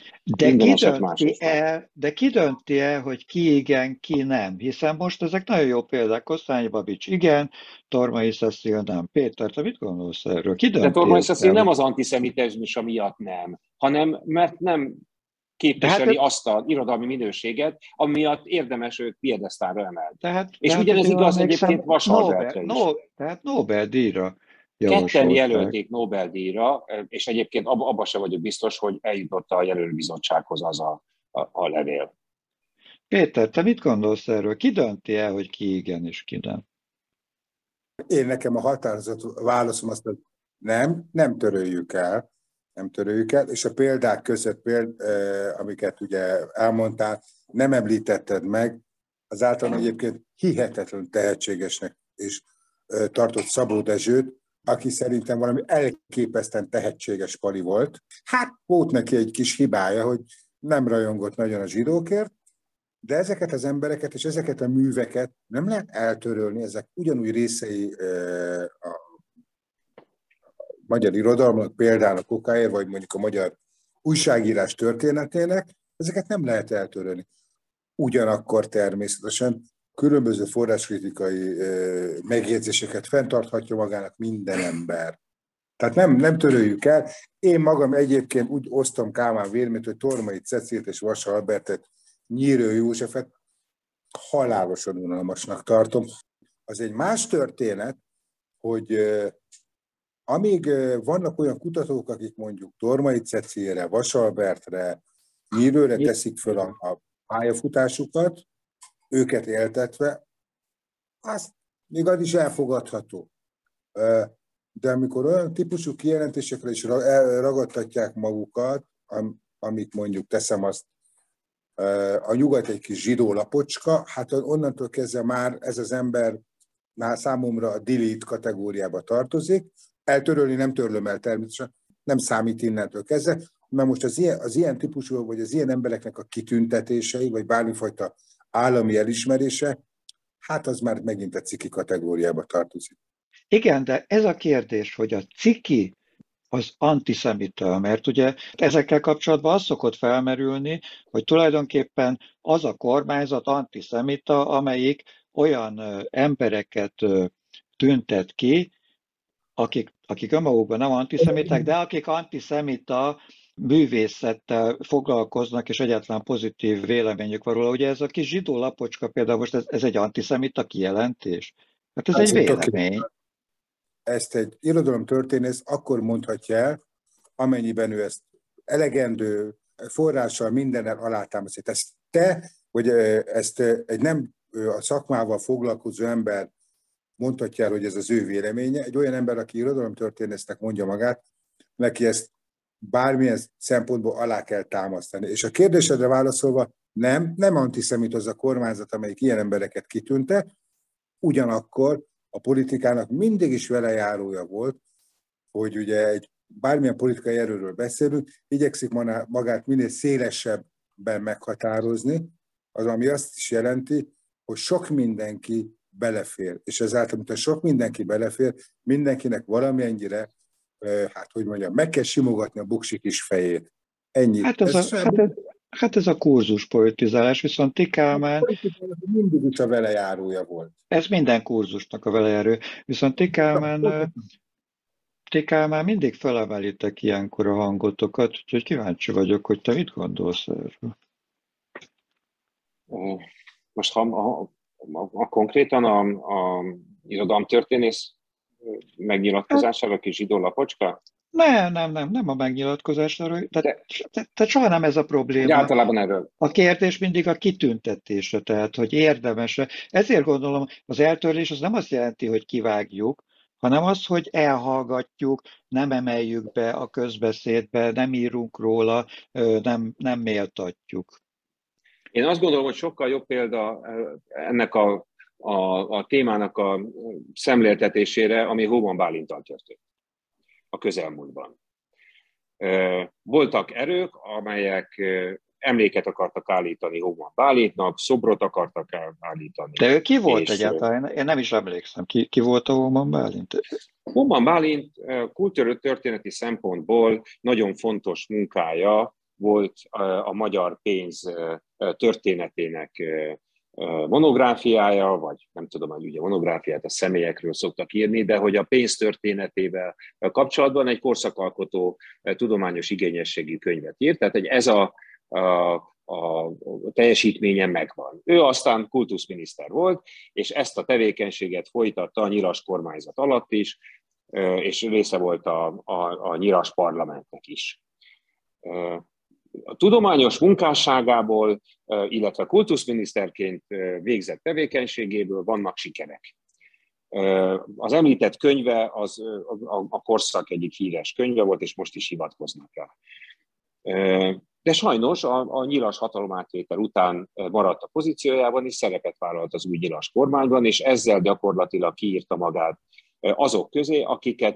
De ki dönti el, hogy ki igen, ki nem? Hiszen most ezek nagyon jó példák. Kosztolányi Babics igen, Tormai Cecil nem. Péter, te mit gondolsz erről? Ki dönti? De Tormai Cecil nem az antiszemitizmus miatt nem, hanem mert nem képviseli azt az irodalmi minőséget, amiatt érdemes őt piedesztálra emelni. És ugyanez igaz egyébként Vasalbertre is. Tehát Nobel-díjra. Ketten jelölték Nobel-díjra, és egyébként abban sem vagyok biztos, hogy eljutott a jelölőbizottsághoz az a levél. Péter, te mit gondolsz erről? Ki dönti el, hogy ki igen és ki nem? Nekem a határozott válaszom azt, hogy nem töröljük el, és a példák között, amiket ugye elmondtál, nem említetted meg, azáltal egyébként hihetetlen tehetségesnek és tartott Szabó Dezsőt, aki szerintem valami elképesztően tehetséges pali volt. Hát volt neki egy kis hibája, hogy nem rajongott nagyon a zsidókért, de ezeket az embereket és ezeket a műveket nem lehet eltörölni, ezek ugyanúgy részei a magyar irodalomnak, például a kokáért, vagy mondjuk a magyar újságírás történetének, ezeket nem lehet eltörölni. Ugyanakkor természetesen különböző forráskritikai megjegyzéseket fenntarthatja magának minden ember. Tehát nem töröljük el. Én magam egyébként úgy osztom Kálmán véleményt, hogy Tormai Cecilt és Vasa Albertet, Nyírő Józsefet halálosan unalmasnak tartom. Az egy más történet, hogy amíg vannak olyan kutatók, akik mondjuk Tormai Cecilre, Vasa Albertre, Nyírőre teszik föl a pályafutásukat, őket éltetve, az még az is elfogadható. De amikor olyan típusú kijelentésekre is ragadtatják magukat, amik mondjuk teszem azt, a nyugat egy kis zsidó lapocska, hát onnantól kezdve már ez az ember már számomra a delete kategóriába tartozik. Eltörölni nem törlöm el természetesen, nem számít innentől kezdve, mert most az ilyen típusú, vagy az ilyen embereknek a kitüntetései, vagy bármifajta állami elismerése, hát az már megint a ciki kategóriába tartozik. Igen, de ez a kérdés, hogy a ciki az antiszemita, mert ugye ezekkel kapcsolatban az szokott felmerülni, hogy tulajdonképpen az a kormányzat antiszemita, amelyik olyan embereket tüntet ki, akik önmagukban nem antiszemiták, de akik antiszemita művészettel foglalkoznak, és egyáltalán pozitív véleményük van róla. Ugye ez a kis zsidó lapocska például most ez egy antiszemita kijelentés? Hát ez egy vélemény. Ezt egy irodalomtörténész akkor mondhatja el, amennyiben ő ezt elegendő forrással mindennel alátámasztja. Ezt te, vagy ezt egy nem a szakmával foglalkozó ember mondhatja el, hogy ez az ő véleménye. Egy olyan ember, aki irodalomtörténésznek mondja magát, neki ezt bármilyen szempontból alá kell támasztani. És a kérdésedre válaszolva, nem antiszemit az a kormányzat, amelyik ilyen embereket kitünte, ugyanakkor a politikának mindig is velejárója volt, hogy ugye egy bármilyen politikai erőről beszélünk, igyekszik magát minél szélesebben meghatározni, az ami azt is jelenti, hogy sok mindenki belefér. És ezáltal, mint sok mindenki belefér, mindenkinek valamennyire, meg kell simogatni a buksi kis fejét. Ennyi. Hát ez a kurzus politizálás, viszont Ti Kálmán... mindig is a velejárója volt. Ez minden kurzusnak a velejárója. Viszont Ti Kálmán mindig felemelitek ilyenkor a hangotokat, úgyhogy kíváncsi vagyok, hogy te mit gondolsz erről. Most konkrétan a irodalomtörténész megnyilatkozására, kis zsidó lapocska? Nem a megnyilatkozására. Tehát soha nem ez a probléma. Általában erről. A kérdés mindig a kitüntetése, tehát hogy érdemes-e. Ezért gondolom, az eltörlés az nem azt jelenti, hogy kivágjuk, hanem az, hogy elhallgatjuk, nem emeljük be a közbeszédbe, nem írunk róla, nem méltatjuk. Én azt gondolom, hogy sokkal jobb példa ennek a témának a szemléltetésére, ami Hóman Bálinttal történt a közelmúltban. Voltak erők, amelyek emléket akartak állítani Hóman Bálintnak, szobrot akartak állítani. De ő ki volt egyáltalán? Én nem is emlékszem. Ki volt a Hóman Bálint? Hóman Bálint kultúrtörténeti szempontból nagyon fontos munkája volt a magyar pénz történetének monográfiája, vagy nem tudom, hogy ugye monográfiát a személyekről szoktak írni, de hogy a pénz történetével kapcsolatban egy korszakalkotó tudományos igényességű könyvet írt, tehát hogy ez a teljesítménye megvan. Ő aztán kultuszminiszter volt, és ezt a tevékenységet folytatta a nyilas kormányzat alatt is, és része volt a nyilas parlamentnek is. A tudományos munkásságából, illetve kultuszminiszterként végzett tevékenységéből vannak sikerek. Az említett könyve az a korszak egyik híres könyve volt, és most is hivatkoznak rá. De sajnos a nyilas hatalomátvétel után maradt a pozíciójában, és szerepet vállalt az új nyilas kormányban, és ezzel gyakorlatilag kiírta magát azok közé, akiket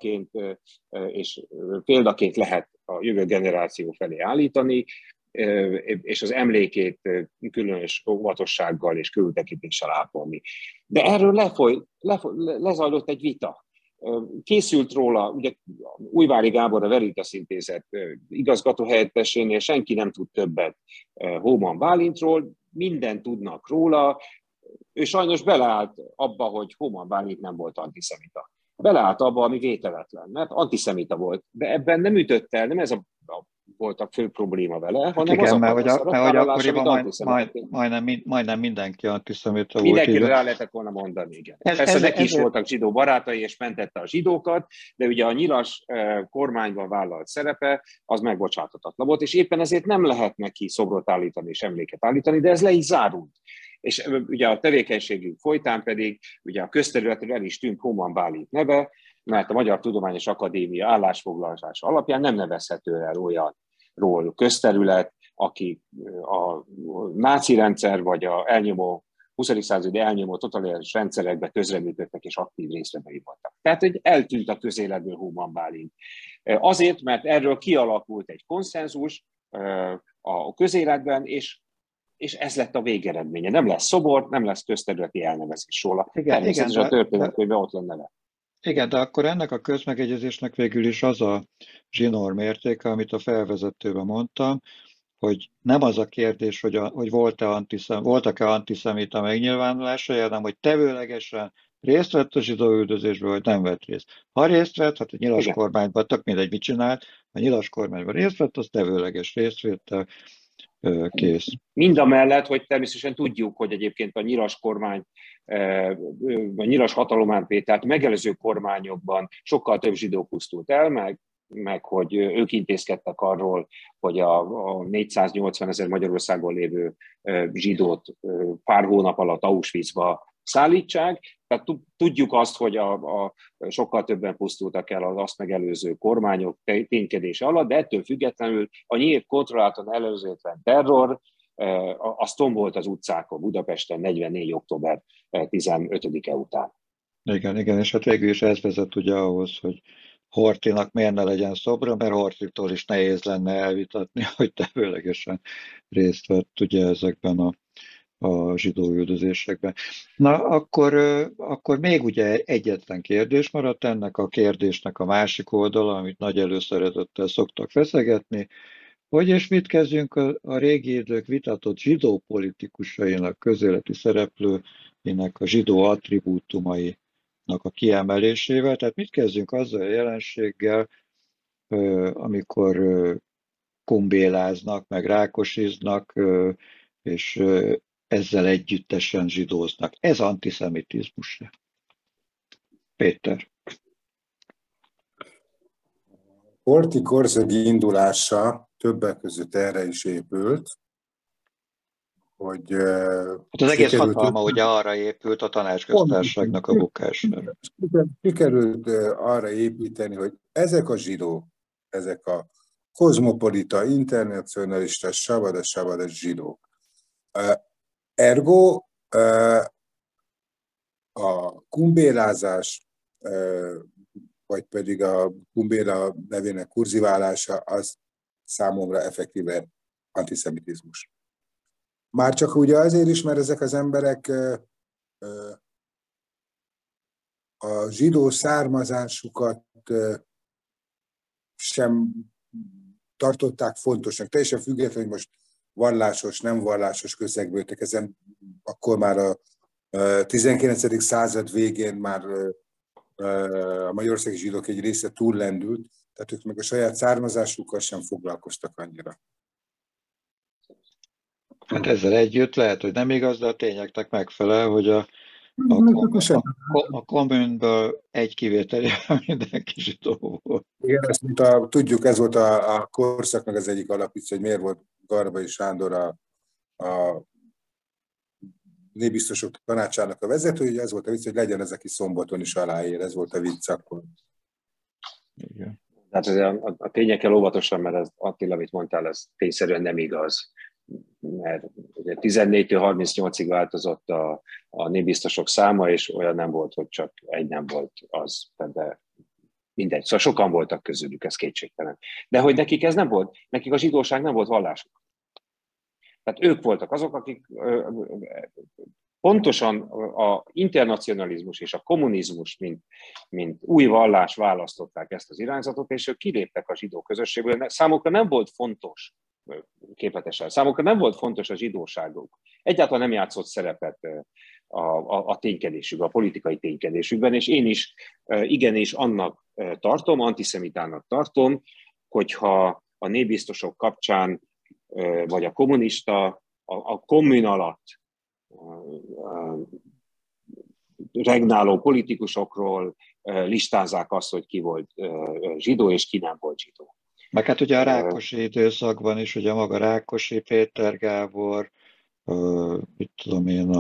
példaként lehet a jövő generáció felé állítani, és az emlékét különös óvatossággal és körültekintéssel ápolni. De erről lezajlott egy vita. Készült róla, ugye Újvári Gábor, a Veritas Intézet igazgatóhelyettesénél senki nem tud többet Hóman Bálintról, mindent tudnak róla. Ő sajnos beleállt abba, hogy Hóman Bálint nem volt antiszemita. Beleállt abba, ami vételetlen, mert antiszemita volt. De ebben nem ütött el, nem ez volt a fő probléma vele, hanem igen, az mert akkoriban majdnem mindenki antiszemita volt. Mindenkire rá lehetett volna mondani, igen. Persze neki is voltak zsidó barátai, és mentette a zsidókat, de ugye a nyilas kormányban vállalt szerepe, az megbocsátatatlan volt, és éppen ezért nem lehet neki szobrot állítani és emléket állítani, de ez le is zárult. És ugye a tevékenységünk folytán pedig ugye a közterületre el is tűnt Hóman Bálint neve, mert a Magyar Tudományos Akadémia állásfoglalása alapján nem nevezhető el olyanról közterület, aki a náci rendszer vagy a 20. századi elnyomó totalitárius rendszerekbe közreműködtek és aktív résztvevői voltak. Tehát, hogy eltűnt a közéletből Hóman Bálint. Azért, mert erről kialakult egy konszenzus a közéletben, és ez lett a végeredménye. Nem lesz szobor, nem lesz közterületi elnevezés róla. Természetesen a történetkönyvben ott lenne neve. Igen, de akkor ennek a közmegegyezésnek végül is az a zsinór mértéke, amit a felvezetőben mondtam, hogy nem az a kérdés, hogy voltak-e antiszemita megnyilvánulásai, hanem hogy tevőlegesen részt vett a zsidó üldözésből, vagy nem vett részt. Ha részt vett, hát a nyilas Igen. kormányban, tök mindegy, mit csinált, ha nyilas kormányban részt vett, az tevőleges részvétel, kész. Mind a mellett, hogy természetesen tudjuk, hogy egyébként a nyilas kormány, a nyilas hatalomátvételt megelőző kormányokban sokkal több zsidó pusztult el, meg hogy ők intézkedtek arról, hogy a 480 000 Magyarországon lévő zsidót pár hónap alatt Auschwitzba szállítsák. Tehát tudjuk azt, hogy sokkal többen pusztultak el az azt megelőző kormányok ténykedése alatt, de ettől függetlenül a nyílt kontrolláltan előzőtlen terror az tombolt az utcákon Budapesten 44. október 15-e után. Igen, és hát végül is ez vezet ugye ahhoz, hogy Horthynak miért ne legyen szobra, mert Horthytól is nehéz lenne elvitatni, hogy tevőlegesen részt vett ugye ezekben a zsidó üldözésekben. Na, akkor még ugye egyetlen kérdés maradt, ennek a kérdésnek a másik oldala, amit nagy előszeretettel szoktak feszegetni, hogy és mit kezdjünk a régi idők vitatott zsidó politikusainak, közéleti szereplőinek a zsidó attribútumainak a kiemelésével, tehát mit kezdjünk azzal a jelenséggel, amikor kumbéláznak, meg rákosiznak, és ezzel együttesen zsidóznak. Ez antiszemitizmus. Péter. Horthy korszak indulása többek között erre is épült, hogy... Hát az egész hatalma ugye arra épült, a tanácsköztársaságnak a bukására. Sikerült arra építeni, hogy ezek a zsidók, ezek a kozmopolita, internacionalista, szabad zsidók. Ergo a kumbélázás, vagy pedig a kumbéla nevének kurziválása, az számomra effektíve antiszemitizmus. Már csak ugye azért is, mert ezek az emberek a zsidó származásukat sem tartották fontosnak. Teljesen függetlenül, hogy most vallásos, nem vallásos közegből jöttek. Ezen akkor már a 19. század végén már a magyarországi zsidók egy része túllendült, tehát ők meg a saját származásukkal sem foglalkoztak annyira. Hát ezzel együtt lehet, hogy nem igaz, de a tényeknek megfelel, hogy a kommunből egy kivételével mindenki zsidó volt. Igen, ezt tudjuk, ez volt a korszaknak az egyik alapítja, hogy miért volt Garbai Sándor a népbiztosok tanácsának a vezető, hogy ez volt a vicc, hogy legyen ez, aki szombaton is aláír, ez volt a vicc akkor. Igen. Hát a tényekkel óvatosan, mert ez, Attila, amit mondtál, ez tényszerűen nem igaz. Mert ugye 14-től 38-ig változott a népbiztosok száma, és olyan nem volt, hogy csak egy nem volt az, de mindegy. Szóval sokan voltak közülük, ez kétségtelen. De hogy nekik ez nem volt, nekik a zsidóság nem volt vallásuk. Tehát ők voltak azok, akik pontosan a internacionalizmus és a kommunizmus, mint új vallás választották ezt az irányzatot, és ők kiléptek a zsidó közösségből. Számukra nem volt fontos, képletesen, számukra nem volt fontos a zsidóságuk. Egyáltalán nem játszott szerepet a ténykedésükben, a politikai ténykedésükben, és én is igenis annak tartom, antiszemitának tartom, hogyha a népbiztosok kapcsán, vagy a kommunista, a kommun alatt regnáló politikusokról listázzák azt, hogy ki volt zsidó, és ki nem volt zsidó. Meg hát ugye a Rákosi időszakban is, ugye maga Rákosi, Péter Gábor, mit tudom én,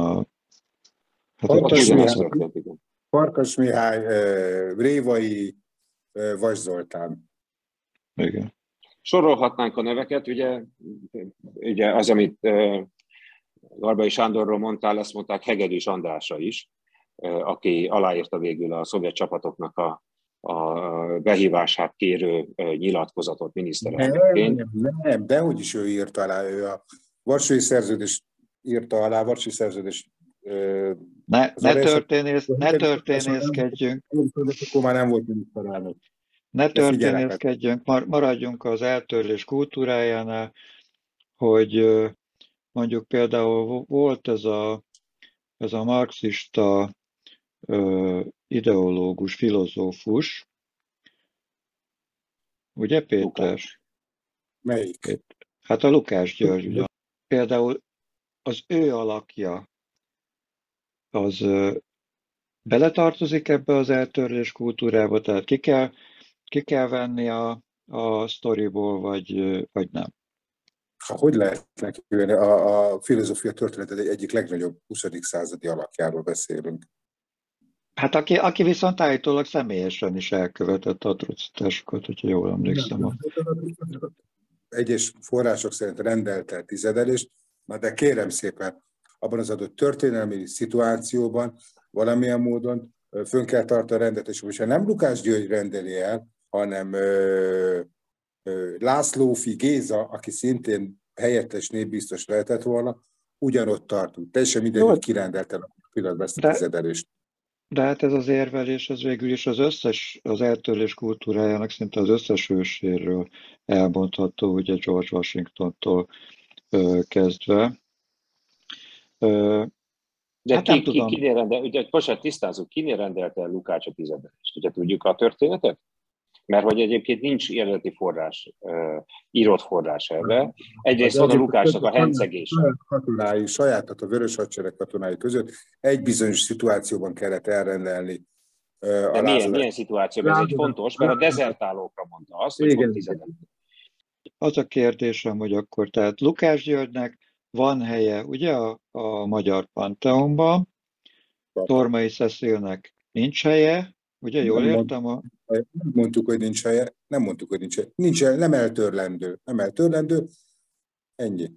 Farkas Mihály, Révai, Vas Zoltán. Igen. Sorolhatnánk a neveket, ugye az, amit Garbai Sándorról mondtál, ezt mondták Hegedűs Andrásra is, aki aláírta végül a szovjet csapatoknak a behívását kérő nyilatkozatot miniszterelnökként. Nem, dehogy is ő írta alá, ő a Varsói Szerződést írta alá, Varsói Szerződés Ne történészkedjünk. Akkor már nem volt miniszterelnök. Ne történészkedjünk, maradjunk az eltörlés kultúrájánál, hogy mondjuk például volt ez a marxista ideológus, filozófus, ugye Péter? Lukács. Melyik? Hát a Lukács György ugyan. Például az ő alakja, az beletartozik ebbe az eltörlés kultúrába, tehát ki kell venni a sztoriból, vagy nem. Hogy lehet neki jönni? A filozófia történetet egyik legnagyobb 20. századi alakjáról beszélünk. Hát aki viszont állítólag személyesen is elkövetett atrocitásokat, hogyha jól emlékszem. Egyes források szerint rendelte a tizedelést, de kérem szépen, abban az adott történelmi szituációban valamilyen módon fönn kell tartani a rendet, és most nem Lukács György rendeli el, hanem László Fi Géza, aki szintén helyettes népbiztos lehetett volna, ugyanott tartunk. Teljesen mindegy, hogy kirendelte a pillanatban ezt a tizedelést. De hát ez az érvelés, ez végül is az eltörlés kultúrájának szinte az összes hőséről elbontható, ugye George Washingtontól kezdve. De hát kinél rendel, ugye most tisztázunk, kinél rendelte el Lukács a tizedelést? Ugye tudjuk a történetet? Mert hogy egyébként nincs eredeti forrás, írott forrás ebbe. Egyrészt van a Lukácsnak a hencegése. Saját a Vörös Hadsereg katonái között egy bizonyos szituációban kellett elrendelni. De milyen szituációban? Ez egy fontos, mert a dezertálókra mondta azt, hogy ott tizedelés. Az a kérdésem, hogy akkor tehát Lukács Györgynek van helye ugye a magyar Pantheonban, Tormai Cecilnek nincs helye, ugye jól értem? Nem mondtuk, hogy nincs helye, nem mondtuk, hogy nincs helye. Nincs helye, nem eltörlendő, ennyi.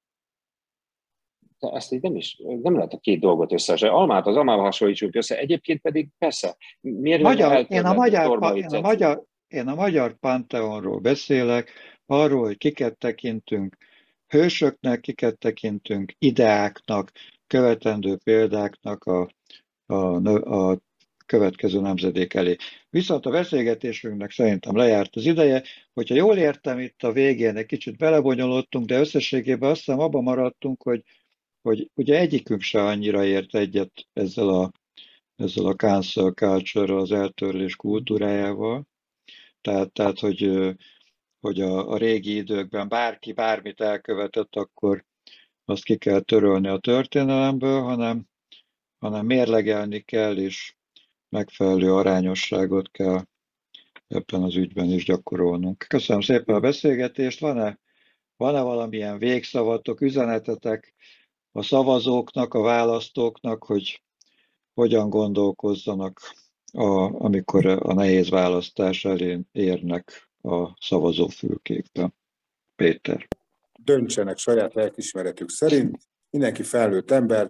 De ezt így nem lehet a két dolgot összehasonlítani. Almát az almával hasonlítsuk össze, egyébként pedig persze. Miért én a magyar Pantheonról beszélek, arról, hogy kiket tekintünk hősöknek, kiket tekintünk ideáknak, követendő példáknak a következő nemzedék elé. Viszont a beszélgetésünknek szerintem lejárt az ideje, hogyha jól értem, itt a végén egy kicsit belebonyolódtunk, de összességében azt hiszem abban maradtunk, hogy ugye egyikünk se annyira ért egyet ezzel a cancel culture-ral, az eltörlés kultúrájával. Tehát hogy a régi időkben bárki bármit elkövetett, akkor azt ki kell törölni a történelemből, hanem mérlegelni kell, és megfelelő arányosságot kell ebben az ügyben is gyakorolnunk. Köszönöm szépen a beszélgetést. Van-e valamilyen végszavatok, üzenetetek a szavazóknak, a választóknak, hogy hogyan gondolkozzanak, amikor a nehéz választás elé érnek a szavazófülkékben? Péter. Döntsenek saját lelkiismeretük szerint, mindenki felnőtt ember.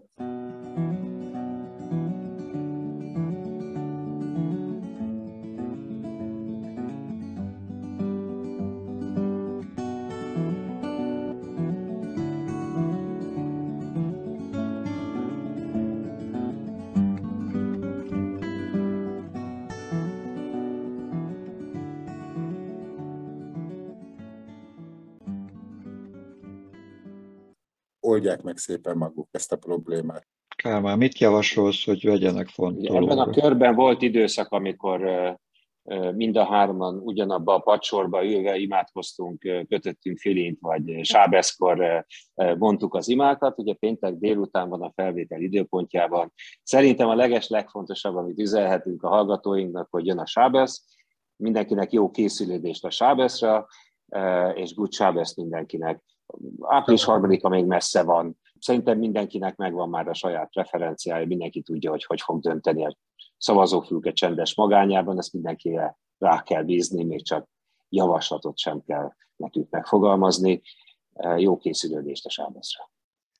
Oldják meg szépen maguk ezt a problémát. Kálmán, mit javasolsz, hogy vegyenek fontolóra? Ebben a körben volt időszak, amikor mind a hárman ugyanabba a padsorba ülve imádkoztunk, kötöttünk filint, vagy sábeszkor mondtuk az imákat. Ugye péntek délután van a felvétel időpontjában. Szerintem a legfontosabb, amit üzenhetünk a hallgatóinknak, hogy jön a sábesz. Mindenkinek jó készülődést a sábeszre, és good sábesz mindenkinek. Április 3-a még messze van. Szerintem mindenkinek megvan már a saját preferenciája, mindenki tudja, hogy fog dönteni a szavazófülke csendes magányában, ezt mindenkire rá kell bízni, még csak javaslatot sem kell nekünk megfogalmazni. Jó készülődést a sábeszre.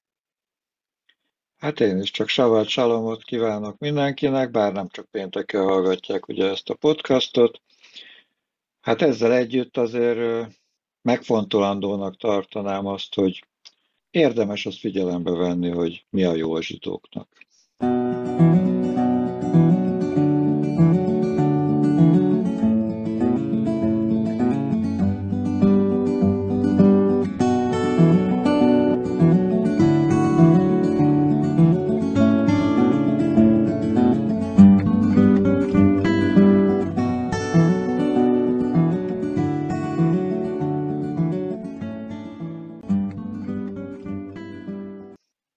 Hát én is csak Shabbat Shalomot kívánok mindenkinek, bár nem csak pénteken hallgatják ugye ezt a podcastot. Hát ezzel együtt azért megfontolandónak tartanám azt, hogy érdemes azt figyelembe venni, hogy mi a jó a zsidóknak. Köszönöm.